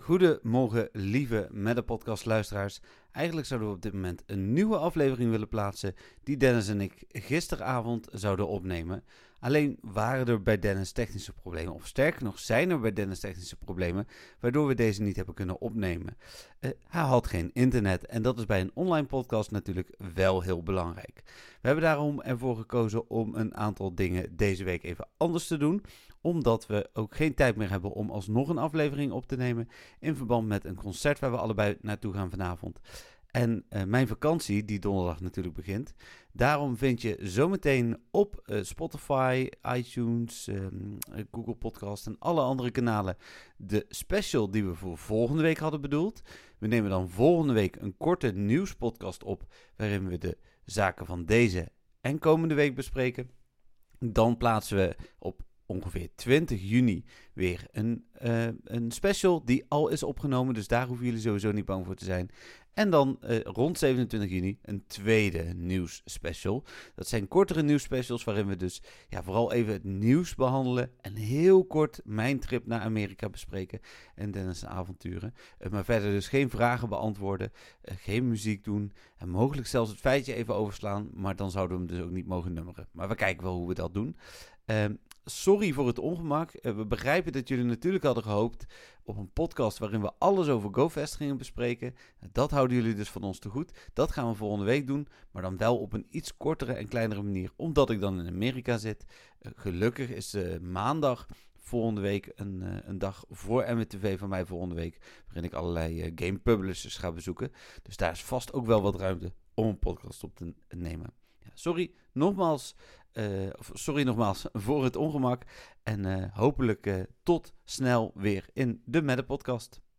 Goedemorgen, lieve Meta-podcast luisteraars. Eigenlijk zouden we op dit moment een nieuwe aflevering willen plaatsen die Dennis en ik gisteravond zouden opnemen. Alleen waren er bij Dennis technische problemen, of sterker nog zijn er bij Dennis technische problemen, waardoor we deze niet hebben kunnen opnemen. Hij had geen internet en dat is bij een online podcast natuurlijk wel heel belangrijk. We hebben daarom ervoor gekozen om een aantal dingen deze week even anders te doen, omdat we ook geen tijd meer hebben om alsnog een aflevering op te nemen in verband met een concert waar we allebei naartoe gaan vanavond. En mijn vakantie, die donderdag natuurlijk begint. Daarom vind je zometeen op Spotify, iTunes, Google Podcast en alle andere kanalen de special die we voor volgende week hadden bedoeld. We nemen dan volgende week een korte nieuwspodcast op waarin we de zaken van deze en komende week bespreken. Dan plaatsen we op ongeveer 20 juni weer een special die al is opgenomen. Dus daar hoeven jullie sowieso niet bang voor te zijn. En dan rond 27 juni een tweede nieuwsspecial. Dat zijn kortere nieuwsspecials waarin we dus vooral even het nieuws behandelen. En heel kort mijn trip naar Amerika bespreken. En Dennis' avonturen. Maar verder dus geen vragen beantwoorden. Geen muziek doen. En mogelijk zelfs het feitje even overslaan. Maar dan zouden we hem dus ook niet mogen nummeren. Maar we kijken wel hoe we dat doen. Sorry voor het ongemak. We begrijpen dat jullie natuurlijk hadden gehoopt op een podcast waarin we alles over GoFest gingen bespreken. Dat houden jullie dus van ons te goed. Dat gaan we volgende week doen, maar dan wel op een iets kortere en kleinere manier, omdat ik dan in Amerika zit. Gelukkig is maandag volgende week een dag voor MWTV van mij volgende week, waarin ik allerlei game publishers ga bezoeken. Dus daar is vast ook wel wat ruimte om een podcast op te nemen. Ja, sorry nogmaals voor het ongemak. En hopelijk tot snel weer in de Meta-podcast.